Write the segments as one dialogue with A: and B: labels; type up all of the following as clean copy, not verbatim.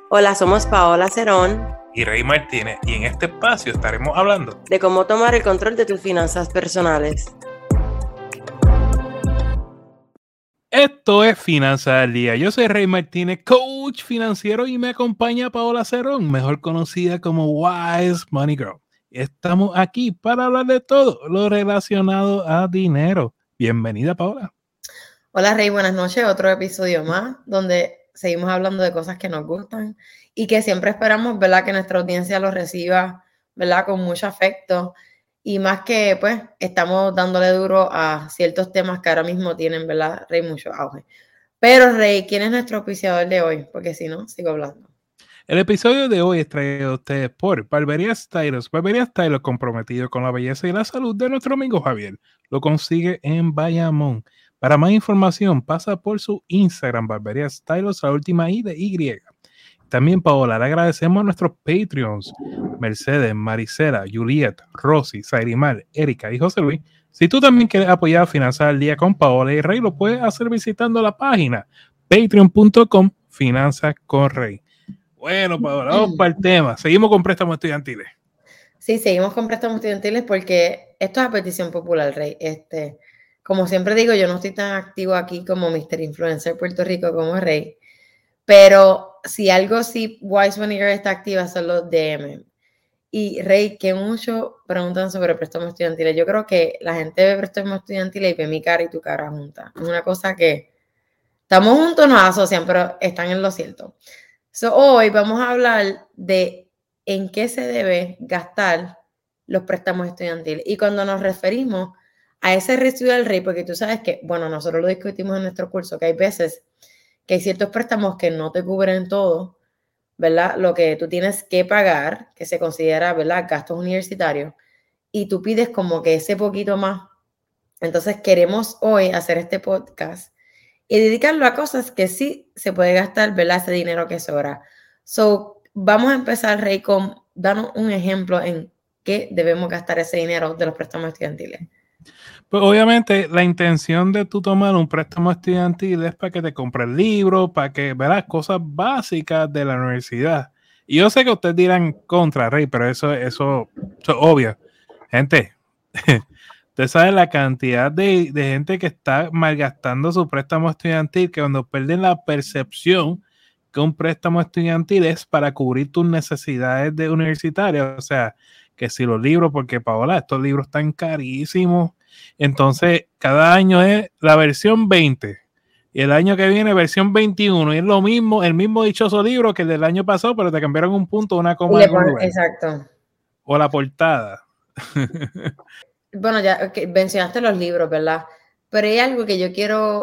A: Hola, somos Paola Cerón
B: y Rey Martínez, y en este espacio estaremos hablando
A: de cómo tomar el control de tus finanzas personales.
B: Esto es Finanzas al Día. Yo soy Rey Martínez, coach financiero, y me acompaña Paola Cerón, mejor conocida como Wise Money Girl. Estamos aquí para hablar de todo lo relacionado a dinero. Bienvenida, Paola.
A: Hola, Rey, buenas noches. Otro episodio más donde seguimos hablando de cosas que nos gustan y que siempre esperamos, ¿verdad?, que nuestra audiencia los reciba, ¿verdad?, con mucho afecto. Y más que, pues, estamos dándole duro a ciertos temas que ahora mismo tienen, ¿verdad, Rey, mucho auge. Pero, Rey, ¿quién es nuestro auspiciador de hoy? Porque si no, sigo hablando.
B: El episodio de hoy es traído a ustedes por Barbería Stylos. Barbería Stylos, comprometido con la belleza y la salud de nuestro amigo Javier. Lo consigue en Bayamón. Para más información, pasa por su Instagram, Barbería Stylos, la última I de Y. También, Paola, le agradecemos a nuestros Patreons, Mercedes, Maricela, Juliet, Rosy, Sairimar, Erika y José Luis. Si tú también quieres apoyar Finanzas al Día con Paola y Rey, lo puedes hacer visitando la página patreon.com Finanzas con Rey. Bueno, Paola, vamos para el tema. Seguimos con préstamos estudiantiles.
A: Sí, seguimos con préstamos estudiantiles porque esto es a petición popular, Rey. Como siempre digo, yo no estoy tan activo aquí como Mr. Influencer Puerto Rico como Rey, pero si algo sí Wise Money Girl está activa son los DM. Y Rey, que mucho preguntan sobre préstamos estudiantiles. Yo creo que la gente ve préstamos estudiantiles y ve mi cara y tu cara juntas. Es una cosa que estamos juntos, nos asocian, pero están en lo cierto. Hoy vamos a hablar de en qué se debe gastar los préstamos estudiantiles. Y cuando nos referimos a ese residual rate, porque tú sabes que, bueno, nosotros lo discutimos en nuestro curso, que hay veces que hay ciertos préstamos que no te cubren todo, ¿verdad? Lo que tú tienes que pagar, que se considera, ¿verdad?, gastos universitarios, y tú pides como que ese poquito más. Entonces queremos hoy hacer este podcast y dedicarlo a cosas que sí se puede gastar, ¿verdad?, ese dinero que sobra. Vamos a empezar, Rey, con darnos un ejemplo en qué debemos gastar ese dinero de los préstamos estudiantiles.
B: Pues obviamente la intención de tú tomar un préstamo estudiantil es para que te compres libros, para que veas cosas básicas de la universidad. Y yo sé que ustedes dirán contra, Rey, pero eso es obvio. Gente, usted sabe la cantidad de gente que está malgastando su préstamo estudiantil, que cuando pierden la percepción que un préstamo estudiantil es para cubrir tus necesidades de universitarias. O sea, que si los libros, porque Paola, estos libros están carísimos. Entonces, cada año es la versión 20 y el año que viene versión 21. Y es lo mismo, el mismo dichoso libro que el del año pasado, pero te cambiaron un punto, una coma en algún lugar.
A: Exacto.
B: O la portada.
A: Bueno, ya mencionaste los libros, ¿verdad? Pero hay algo que yo quiero,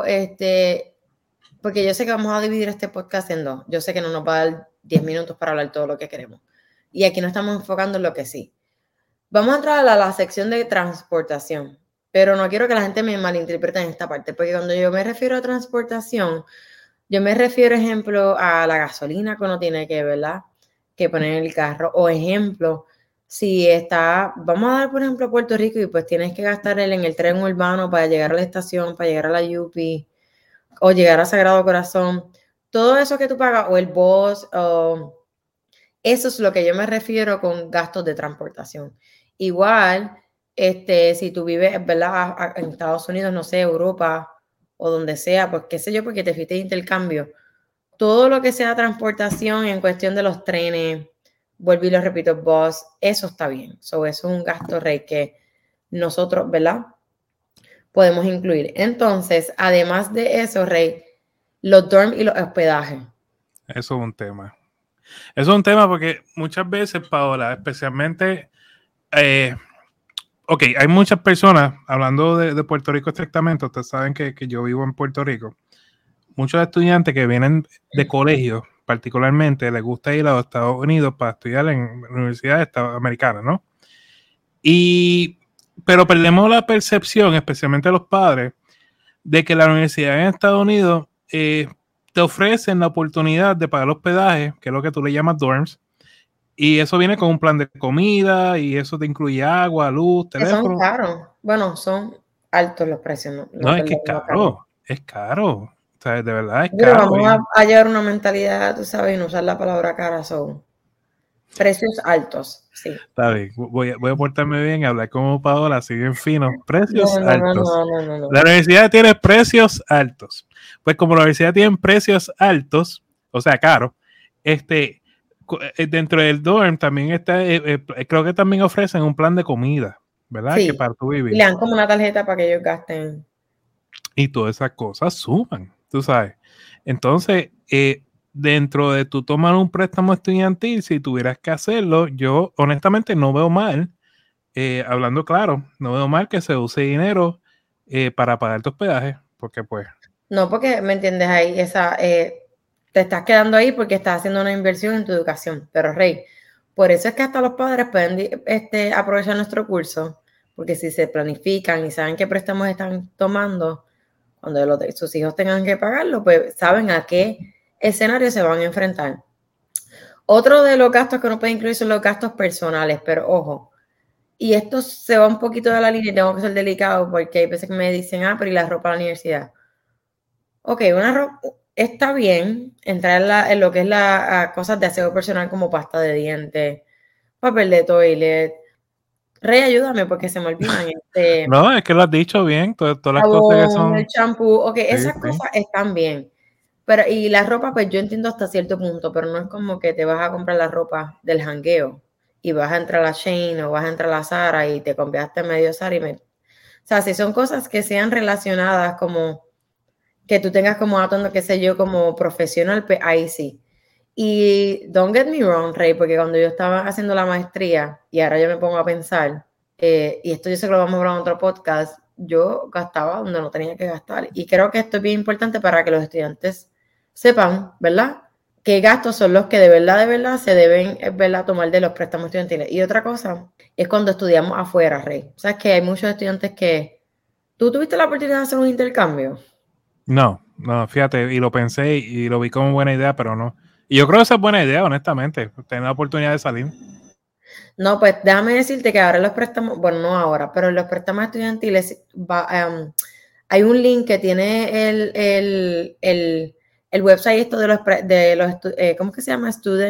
A: porque yo sé que vamos a dividir este podcast en dos. Yo sé que no nos va a dar 10 minutos para hablar todo lo que queremos. Y aquí no estamos enfocando en lo que sí. Vamos a entrar a la sección de transportación, pero no quiero que la gente me malinterprete en esta parte, porque cuando yo me refiero a transportación, yo me refiero, ejemplo, a la gasolina que uno tiene que, ¿verdad?, que poner en el carro. O ejemplo, si vamos a dar, por ejemplo, Puerto Rico y pues tienes que gastar en el tren urbano para llegar a la estación, para llegar a la UP o llegar a Sagrado Corazón. Todo eso que tú pagas, o el bus, eso es lo que yo me refiero con gastos de transportación. Igual, si tú vives, ¿verdad?, en Estados Unidos, no sé, Europa o donde sea, pues qué sé yo, porque te fuiste de intercambio. Todo lo que sea transportación en cuestión de los trenes, vuelvo y lo repito, bus, eso está bien. Eso es un gasto, Rey, que nosotros, ¿verdad?, podemos incluir. Entonces, además de eso, Rey, los dorm y los hospedajes.
B: Eso es un tema. Eso es un tema porque muchas veces, Paola, especialmente, hay muchas personas, hablando de Puerto Rico estrictamente, ustedes saben que yo vivo en Puerto Rico, muchos estudiantes que vienen de colegios, particularmente, les gusta ir a los Estados Unidos para estudiar en universidades americanas, ¿no? Pero perdemos la percepción, especialmente los padres, de que la universidad en Estados Unidos te ofrecen la oportunidad de pagar hospedaje, que es lo que tú le llamas dorms, y eso viene con un plan de comida, y eso te incluye agua, luz, teléfono.
A: Son caros. Bueno, son altos los precios.
B: No, es que es caro, es caro. sea, de verdad es
A: Pero
B: caro.
A: vamos a llevar una mentalidad, tú sabes, y no usar la palabra cara, son precios altos, sí.
B: Está bien, voy a portarme bien y hablar como Paola, así bien fino. Precios altos.
A: No.
B: La universidad tiene precios altos. Pues como la universidad tiene precios altos, o sea, caros, dentro del dorm también está, creo que también ofrecen un plan de comida, ¿verdad?
A: Sí,
B: Que para tu
A: y
B: vivir.
A: le dan como una tarjeta para que ellos gasten.
B: Y todas esas cosas suman, tú sabes. Entonces, dentro de tu tomar un préstamo estudiantil, si tuvieras que hacerlo, yo honestamente no veo mal, hablando claro, no veo mal que se use dinero para pagar tu hospedaje, porque pues...
A: No, porque, ¿me entiendes? Ahí te estás quedando ahí porque estás haciendo una inversión en tu educación. Pero, Rey, por eso es que hasta los padres pueden aprovechar nuestro curso, porque si se planifican y saben qué préstamos están tomando, cuando sus hijos tengan que pagarlo, pues saben a qué escenario se van a enfrentar. Otro de los gastos que no puede incluir son los gastos personales, pero ojo, y esto se va un poquito de la línea y tengo que ser delicado porque hay veces que me dicen, pero ¿y la ropa a la universidad? Ok, una ropa está bien entrar en lo que es las cosas de aseo personal como pasta de dientes, papel de toilet. Rey, ayúdame porque se me olvidan.
B: No, es que lo has dicho bien, todas las cosas que
A: Jabón, el
B: son...
A: champú, ok,
B: Sí,
A: esas
B: sí.
A: cosas están bien. Pero, y la ropa, pues yo entiendo hasta cierto punto, pero no es como que te vas a comprar la ropa del jangueo y vas a entrar a la Shein o vas a entrar a la Zara y te compraste medio Zara o sea, si son cosas que sean relacionadas como que tú tengas como atuendo, qué sé yo, como profesional, pues ahí sí. Y don't get me wrong, Rey, porque cuando yo estaba haciendo la maestría y ahora yo me pongo a pensar, y esto yo sé que lo vamos a hablar en otro podcast, yo gastaba donde no tenía que gastar. Y creo que esto es bien importante para que los estudiantes sepan, ¿verdad? Qué gastos son los que de verdad se deben, ¿verdad?, tomar de los préstamos estudiantiles. Y otra cosa es cuando estudiamos afuera, Rey. Sabes que hay muchos estudiantes que... ¿Tú tuviste la oportunidad de hacer un intercambio?
B: No, fíjate, y lo pensé y lo vi como buena idea, pero no. Y yo creo que esa es buena idea, honestamente, tener la oportunidad de salir.
A: No, pues déjame decirte que ahora los préstamos, bueno, no ahora, pero en los préstamos estudiantiles hay un link que tiene el website esto ¿cómo que se llama?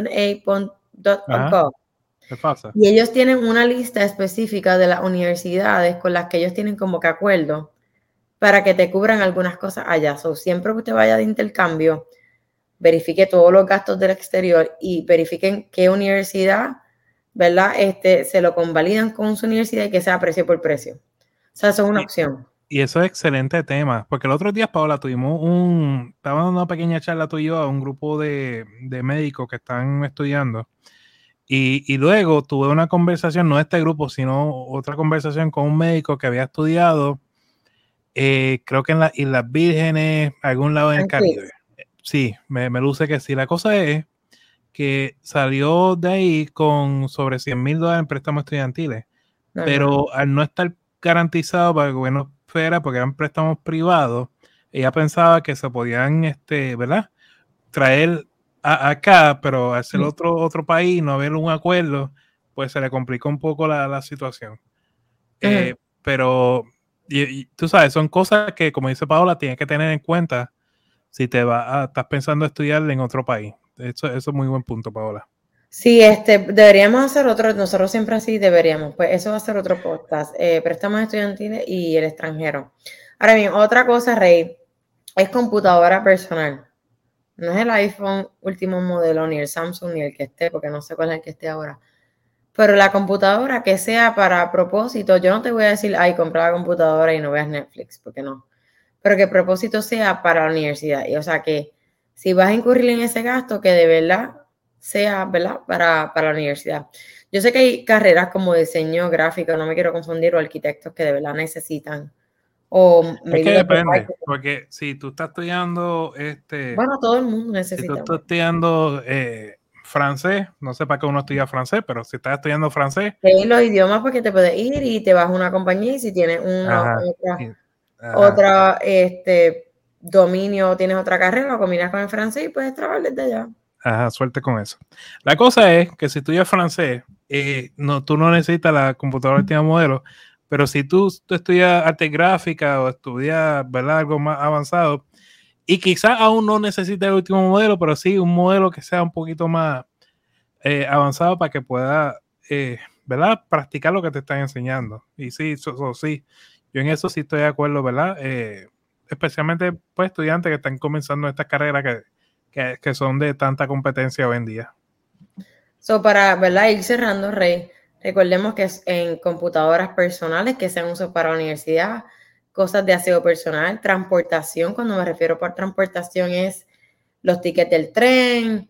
B: Ajá,
A: studentaid.gov.
B: ¿qué pasa?
A: Y ellos tienen una lista específica de las universidades con las que ellos tienen como que acuerdo para que te cubran algunas cosas allá. So, siempre que usted vaya de intercambio, verifique todos los gastos del exterior y verifiquen qué universidad, ¿verdad? Se lo convalidan con su universidad y que sea precio por precio. O sea, eso es una opción.
B: Y eso es excelente tema, porque el otro día, Paola, estaba dando una pequeña charla tú y yo a un grupo de médicos que están estudiando, y luego tuve una conversación, no de este grupo, sino otra conversación con un médico que había estudiado, creo que en las Islas Vírgenes, algún lado en el Caribe. Sí, me luce que sí. La cosa es que salió de ahí con sobre $100,000 en préstamos estudiantiles, pero al no estar garantizado para el gobierno federal, porque eran préstamos privados, ella pensaba que se podían, ¿verdad?, traer acá, pero al ser otro país, no haber un acuerdo, pues se le complicó un poco la situación. Pero y tú sabes, son cosas que, como dice Paola, tienes que tener en cuenta si estás pensando estudiar en otro país. Eso es muy buen punto, Paola.
A: Sí, deberíamos hacer otro, nosotros siempre así deberíamos, pues eso va a ser otro podcast, préstamos estudiantiles y el extranjero. Ahora bien, otra cosa, Rey, es computadora personal. No es el iPhone último modelo, ni el Samsung, ni el que esté, porque no sé cuál es el que esté ahora. Pero la computadora que sea para propósito, yo no te voy a decir, ay, compra la computadora y no veas Netflix, porque no. Pero que el propósito sea para la universidad. Y o sea que si vas a incurrir en ese gasto, que de verdad sea, ¿verdad?, para la universidad. Yo sé que hay carreras como diseño gráfico, no me quiero confundir, o arquitectos que de verdad necesitan. O
B: Es que
A: maybe los de
B: depende,
A: marketing.
B: porque si tú estás estudiando,
A: Bueno, todo el mundo
B: si tú
A: necesita.
B: estás estudiando francés, no sé para qué uno estudia francés, pero si estás estudiando francés,
A: Los idiomas porque te puedes ir y te vas a una compañía y si tienes
B: ajá, ajá,
A: otra dominio, tienes otra carrera, lo combinas con el francés y puedes trabajar desde allá.
B: ajá, suerte con eso. La cosa es que si estudias francés, tú no necesitas la computadora de último modelo, pero si tú estudias arte gráfica o estudias, ¿verdad?, algo más avanzado, Y quizás aún no necesite el último modelo, pero sí un modelo que sea un poquito más avanzado para que pueda, ¿verdad? Practicar lo que te están enseñando. Y sí, sí, yo en eso sí estoy de acuerdo, ¿verdad? Especialmente pues estudiantes que están comenzando estas carreras que son de tanta competencia hoy en día.
A: So, para, ¿verdad? Ir cerrando, Rey, recordemos que en computadoras personales que sean usadas para la universidad, cosas de aseo personal, transportación, cuando me refiero por transportación es los tickets del tren,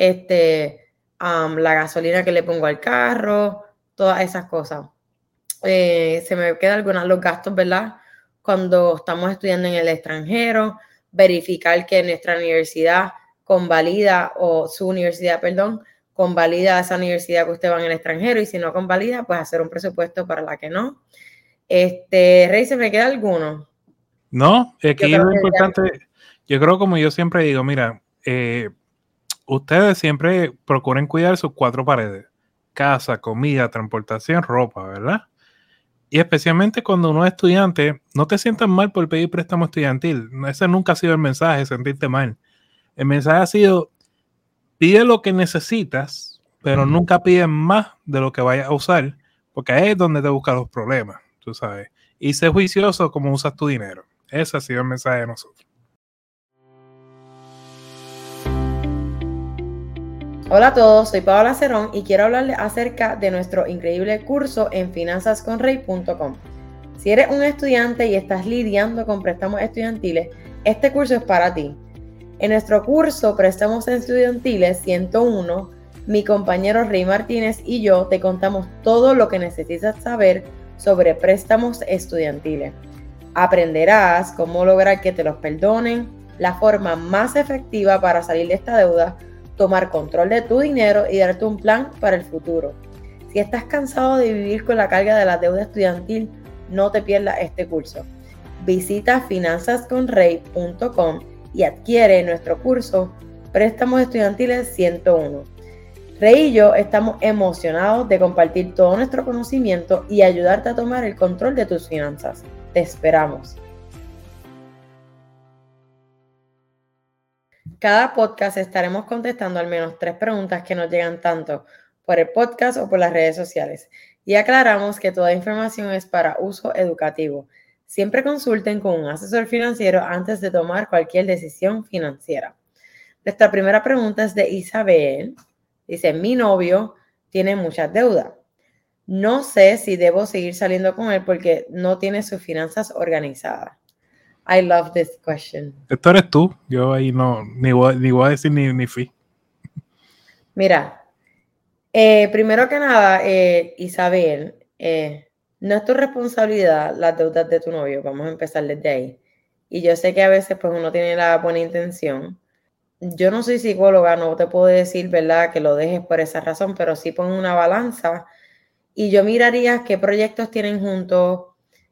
A: la gasolina que le pongo al carro, todas esas cosas. Se me quedan los gastos, ¿verdad? Cuando estamos estudiando en el extranjero, verificar que nuestra universidad convalida, o su universidad, perdón, convalida esa universidad que usted va en el extranjero, y si no convalida, pues hacer un presupuesto para la que no. Rey, ¿se me queda alguno?
B: No, aquí lo importante, yo creo, como yo siempre digo, mira, ustedes siempre procuren cuidar sus 4 paredes: casa, comida, transportación, ropa, ¿verdad? Y especialmente cuando uno es estudiante, no te sientas mal por pedir préstamo estudiantil. Ese nunca ha sido el mensaje, sentirte mal. El mensaje ha sido: pide lo que necesitas, pero nunca pides más de lo que vayas a usar, porque ahí es donde te buscan los problemas, tú sabes. Y sé juicioso como usas tu dinero. Ese ha sido el mensaje de nosotros.
A: Hola a todos, soy Paola Cerón y quiero hablarles acerca de nuestro increíble curso en finanzasconrey.com. Si eres un estudiante y estás lidiando con préstamos estudiantiles, este curso es para ti. En nuestro curso Préstamos Estudiantiles 101, mi compañero Rey Martínez y yo te contamos todo lo que necesitas saber sobre préstamos estudiantiles. Aprenderás cómo lograr que te los perdonen, la forma más efectiva para salir de esta deuda, tomar control de tu dinero y darte un plan para el futuro. Si estás cansado de vivir con la carga de la deuda estudiantil, no te pierdas este curso. Visita finanzasconrey.com y adquiere nuestro curso Préstamos Estudiantiles 101. Rey y yo estamos emocionados de compartir todo nuestro conocimiento y ayudarte a tomar el control de tus finanzas. Te esperamos. Cada podcast estaremos contestando al menos 3 preguntas que nos llegan tanto por el podcast o por las redes sociales. Y aclaramos que toda información es para uso educativo. Siempre consulten con un asesor financiero antes de tomar cualquier decisión financiera. Nuestra primera pregunta es de Isabel. Dice: mi novio tiene muchas deudas. No sé si debo seguir saliendo con él porque no tiene sus finanzas organizadas. I love this question.
B: Esto eres tú. Yo ahí no, ni voy a decir ni fui.
A: Mira, primero que nada, Isabel, no es tu responsabilidad las deudas de tu novio. Vamos a empezar desde ahí. Y yo sé que a veces pues uno tiene la buena intención. Yo no soy psicóloga, no te puedo decir, ¿verdad?, que lo dejes por esa razón, pero sí pon una balanza y yo miraría qué proyectos tienen juntos,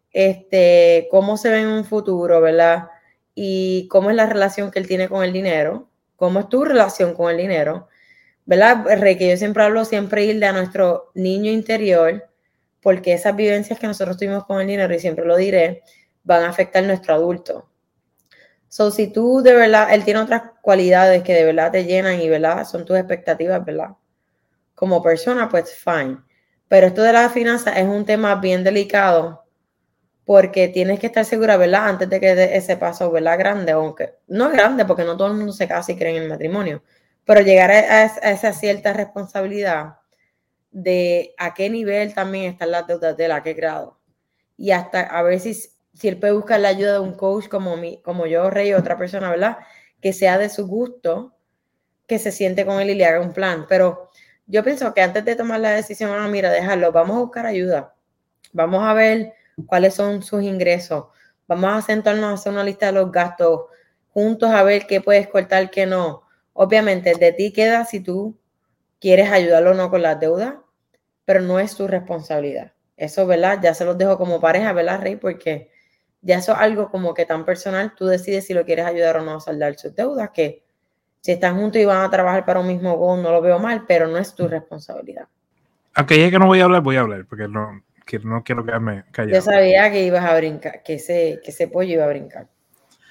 A: cómo se ven en un futuro, ¿verdad? Y cómo es la relación que él tiene con el dinero, cómo es tu relación con el dinero, ¿verdad? Rey, que yo siempre hablo, siempre ir de nuestro niño interior, porque esas vivencias que nosotros tuvimos con el dinero, y siempre lo diré, van a afectar a nuestro adulto. So, si tú de verdad, él tiene otras cualidades que de verdad te llenan y, ¿verdad?, son tus expectativas, ¿verdad?, como persona, pues fine. Pero esto de las finanzas es un tema bien delicado porque tienes que estar segura, ¿verdad?, antes de que dé ese paso, ¿verdad?, grande, aunque no es grande porque no todo el mundo se casa y cree en el matrimonio, pero llegar a esa cierta responsabilidad de a qué nivel también están las deudas de él, a qué grado. Y hasta a ver si él puede buscar la ayuda de un coach como yo, Rey, otra persona, ¿verdad?, que sea de su gusto, que se siente con él y le haga un plan. Pero yo pienso que antes de tomar la decisión, mira, déjalo, vamos a buscar ayuda. Vamos a ver cuáles son sus ingresos. Vamos a sentarnos a hacer una lista de los gastos juntos, a ver qué puedes cortar, qué no. Obviamente, de ti queda si tú quieres ayudarlo o no con las deudas, pero no es tu responsabilidad. Eso, ¿verdad?, ya se los dejo como pareja, ¿verdad, Rey? Porque ya eso es algo como que tan personal, tú decides si lo quieres ayudar o no a saldar sus deudas, que si están juntos y van a trabajar para un mismo goal, no lo veo mal, pero no es tu responsabilidad.
B: Aunque ya que no voy a hablar, porque no quiero quedarme callado.
A: Yo sabía que ibas a brincar, que ese pollo iba a brincar.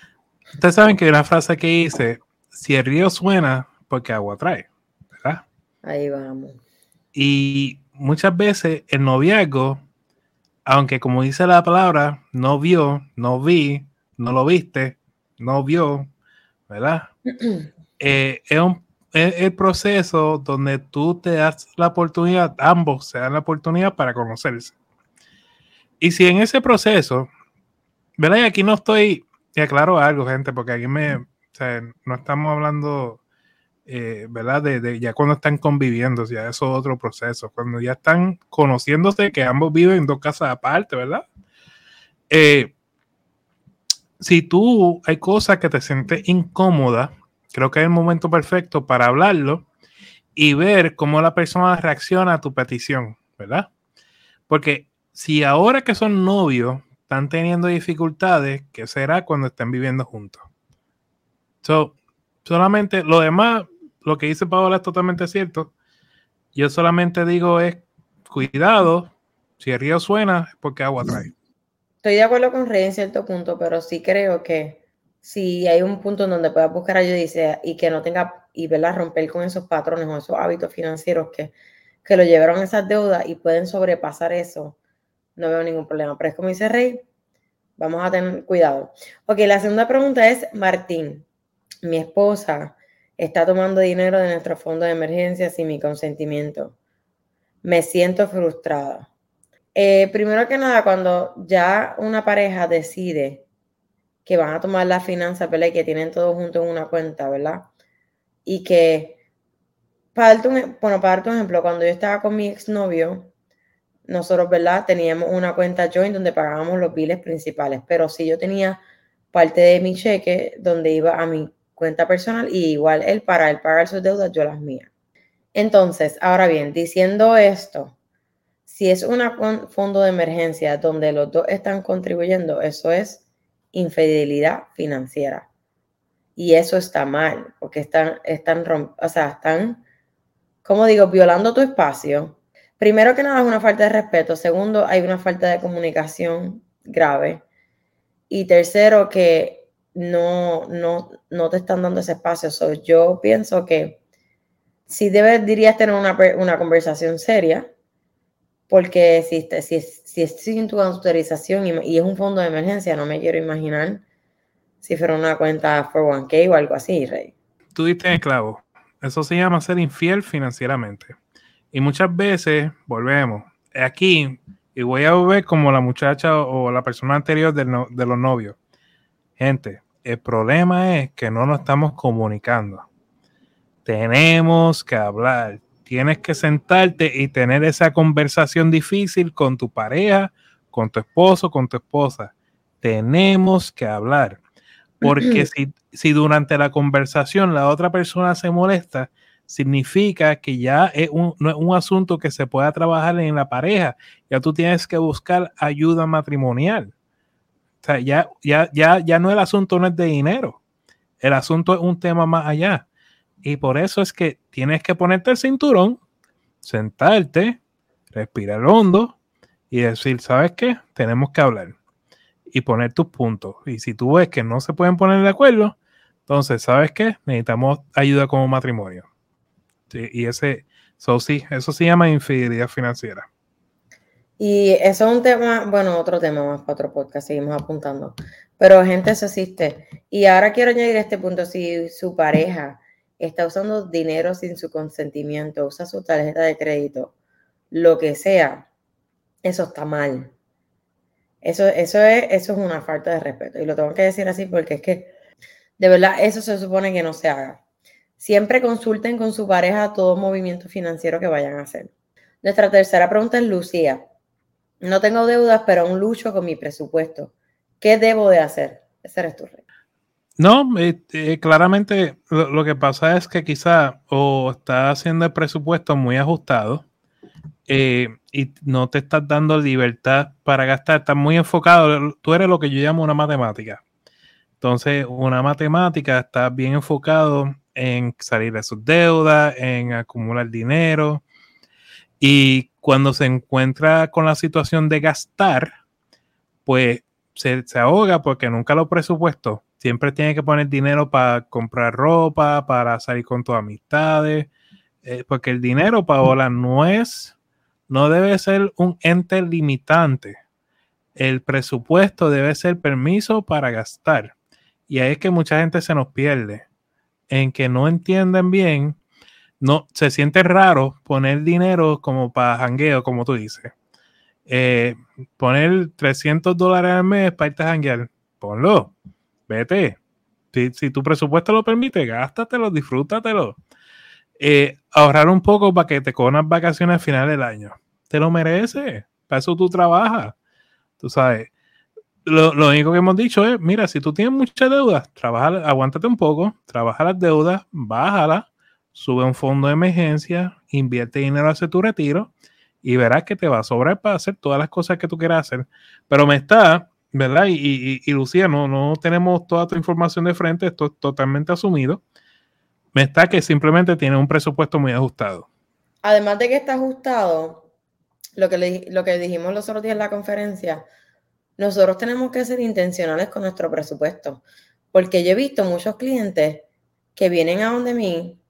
B: Ustedes saben que hay una frase que dice, si el río suena, porque agua trae, ¿verdad?
A: Ahí vamos.
B: Y muchas veces el noviazgo, aunque como dice la palabra, no vio, no vi, no lo viste, no vio, ¿verdad? Es el proceso donde tú te das la oportunidad, ambos se dan la oportunidad para conocerse. Y si en ese proceso, ¿verdad? Y aquí no estoy, y aclaro algo, gente, porque aquí o sea, no estamos hablando, ¿verdad? De ya cuando están conviviendo, ya eso es otro proceso. Cuando ya están conociéndose, que ambos viven en dos casas aparte, ¿verdad? Si tú hay cosas que te sientes incómoda, creo que es el momento perfecto para hablarlo y ver cómo la persona reacciona a tu petición, ¿verdad? Porque si ahora que son novios están teniendo dificultades, ¿qué será cuando estén viviendo juntos? Solamente lo demás, lo que dice Paola es totalmente cierto. Yo solamente digo es, cuidado, si el río suena es porque agua trae.
A: Estoy de acuerdo con Rey en cierto punto, pero sí creo que si hay un punto en donde puedas buscar ayuda y que no tenga, y verla romper con esos patrones o esos hábitos financieros que lo llevaron a esas deudas y pueden sobrepasar eso, no veo ningún problema. Pero es como dice Rey, vamos a tener cuidado. Ok, la segunda pregunta es, Martín, mi esposa está tomando dinero de nuestro fondo de emergencia sin mi consentimiento. Me siento frustrada. Primero que nada, cuando ya una pareja decide que van a tomar las finanzas, ¿verdad? Y que tienen todo junto en una cuenta, ¿verdad? Y que, para darte un ejemplo, cuando yo estaba con mi exnovio, nosotros, ¿verdad? Teníamos una cuenta joint donde pagábamos los biles principales, pero sí yo tenía parte de mi cheque donde iba a mi cuenta personal y igual él pagar sus deudas, yo las mías. Entonces, ahora bien, diciendo esto, si es un fondo de emergencia donde los dos están contribuyendo, eso es infidelidad financiera. Y eso está mal, porque están, como digo, violando tu espacio. Primero que nada es una falta de respeto. Segundo, hay una falta de comunicación grave. Y tercero, que no te están dando ese espacio. So, yo pienso que sí dirías tener una conversación seria, porque si es sin tu autorización y es un fondo de emergencia, no me quiero imaginar si fuera una cuenta 401k o algo así, Rey.
B: Tú diste en el clavo. Eso se llama ser infiel financieramente. Y muchas veces, volvemos, aquí, y voy a ver como la muchacha o la persona anterior de los novios. Gente, el problema es que no nos estamos comunicando. Tenemos que hablar. Tienes que sentarte y tener esa conversación difícil con tu pareja, con tu esposo, con tu esposa. Tenemos que hablar. Porque si durante la conversación la otra persona se molesta, significa que ya es no es un asunto que se pueda trabajar en la pareja. Ya tú tienes que buscar ayuda matrimonial. O sea, ya no el asunto no es de dinero. El asunto es un tema más allá. Y por eso es que tienes que ponerte el cinturón, sentarte, respirar hondo y decir, ¿sabes qué? Tenemos que hablar y poner tus puntos. Y si tú ves que no se pueden poner de acuerdo, entonces, ¿sabes qué? Necesitamos ayuda como matrimonio. Sí, y eso se llama infidelidad financiera.
A: Y eso es un tema, bueno, otro tema más para otro podcast, seguimos apuntando. Pero gente, eso existe. Y ahora quiero añadir este punto, si su pareja está usando dinero sin su consentimiento, usa su tarjeta de crédito, lo que sea, eso está mal. Eso es una falta de respeto. Y lo tengo que decir así porque es que, de verdad, eso se supone que no se haga. Siempre consulten con su pareja todo movimiento financiero que vayan a hacer. Nuestra tercera pregunta es Lucía. No tengo deudas, pero aún lucho con mi presupuesto. ¿Qué debo de hacer? Ese eres tú, Rey.
B: No, claramente lo que pasa es que quizá o está haciendo el presupuesto muy ajustado y no te estás dando libertad para gastar, estás muy enfocado, tú eres lo que yo llamo una matemática. Entonces, una matemática está bien enfocado en salir de sus deudas, en acumular dinero y cuando se encuentra con la situación de gastar, pues se ahoga porque nunca lo presupuestó. siempre tienes que poner dinero para comprar ropa, para salir con tus amistades, porque el dinero, Paola, no debe ser un ente limitante. El presupuesto debe ser permiso para gastar. Y ahí es que mucha gente se nos pierde, en que no entienden bien, no se siente raro poner dinero como para jangueo, como tú dices. Poner $300 al mes para irte a janguear, ponlo, vete. Si tu presupuesto lo permite, gástatelo, disfrútatelo. Ahorrar un poco para que te cojan unas vacaciones al final del año. Te lo mereces, para eso tú trabajas. Tú sabes, lo único que hemos dicho es, mira, si tú tienes muchas deudas, aguántate un poco, trabaja las deudas, bájalas, sube un fondo de emergencia, invierte dinero hacia tu retiro y verás que te va a sobrar para hacer todas las cosas que tú quieras hacer. Pero ¿verdad? Y Lucía, no tenemos toda tu información de frente, esto es totalmente asumido. Que simplemente tiene un presupuesto muy ajustado.
A: Además de que está ajustado, lo que dijimos los otros días en la conferencia, nosotros tenemos que ser intencionales con nuestro presupuesto, porque yo he visto muchos clientes que vienen a donde mí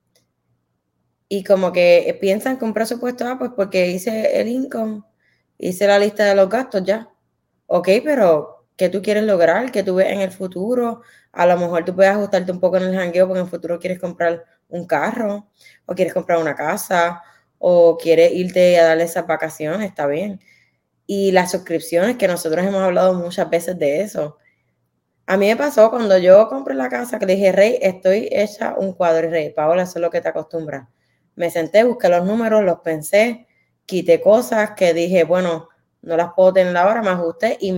A: y como que piensan que un presupuesto, pues porque hice el income, hice la lista de los gastos ya. Ok, pero ¿qué tú quieres lograr? ¿Qué tú ves en el futuro? A lo mejor tú puedes ajustarte un poco en el jangueo porque en el futuro quieres comprar un carro o quieres comprar una casa o quieres irte a darle esas vacaciones, está bien. Y las suscripciones, que nosotros hemos hablado muchas veces de eso. A mí me pasó cuando yo compré la casa que le dije, Rey, estoy hecha un cuadro. Y Rey, Paola, eso es lo que te acostumbras. Me senté, busqué los números, los pensé, quité cosas que dije, bueno, no las puedo tener ahora, me ajusté y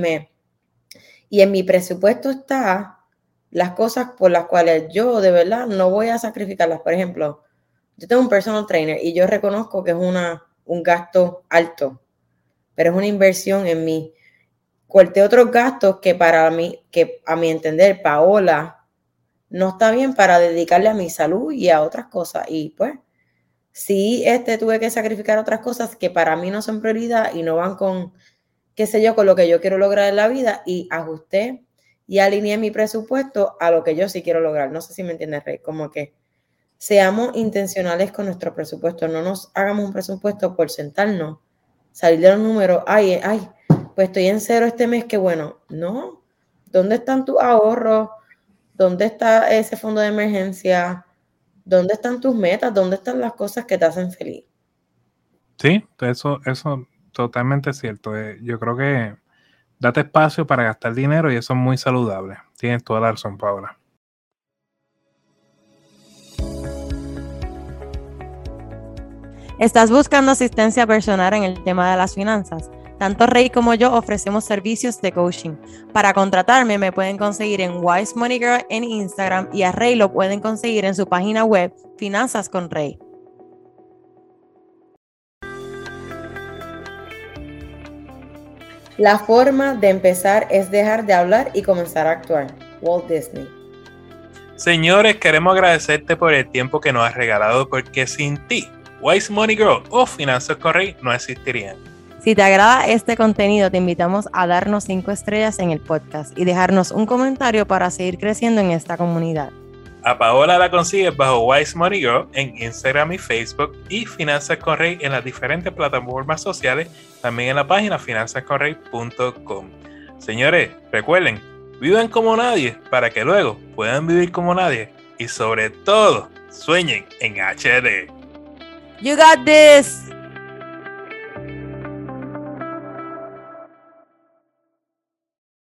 A: en mi presupuesto está las cosas por las cuales yo de verdad no voy a sacrificarlas. Por ejemplo, yo tengo un personal trainer y yo reconozco que es un gasto alto, pero es una inversión en mí. Corté otros gastos que a mi entender, Paola, no está bien para dedicarle a mi salud y a otras cosas. Y pues, sí, tuve que sacrificar otras cosas que para mí no son prioridad y no van con, qué sé yo, con lo que yo quiero lograr en la vida, y ajusté y alineé mi presupuesto a lo que yo sí quiero lograr. No sé si me entiendes, Rey, como que seamos intencionales con nuestro presupuesto, no nos hagamos un presupuesto por sentarnos, salir de los números, ay, pues estoy en cero este mes, qué bueno. No, ¿dónde están tus ahorros? ¿Dónde está ese fondo de emergencia? ¿Dónde están tus metas? ¿Dónde están las cosas que te hacen feliz?
B: Sí, eso totalmente cierto. Yo creo que date espacio para gastar dinero y eso es muy saludable. Tienes toda la razón, Paola.
C: ¿Estás buscando asistencia personal en el tema de las finanzas? Tanto Rey como yo ofrecemos servicios de coaching. Para contratarme me pueden conseguir en Wise Money Girl en Instagram y a Rey lo pueden conseguir en su página web Finanzas con Rey.
A: La forma de empezar es dejar de hablar y comenzar a actuar. Walt Disney.
B: Señores, queremos agradecerte por el tiempo que nos has regalado, porque sin ti, Wise Money Girl o Finanzas con Rey no existirían.
C: Si te agrada este contenido, te invitamos a darnos 5 estrellas en el podcast y dejarnos un comentario para seguir creciendo en esta comunidad.
B: A Paola la consigues bajo Wise Money Girl en Instagram y Facebook, y Finanzas con Rey en las diferentes plataformas sociales, también en la página finanzasconrey.com. Señores, recuerden, vivan como nadie para que luego puedan vivir como nadie, y sobre todo, sueñen en HD.
C: You got this!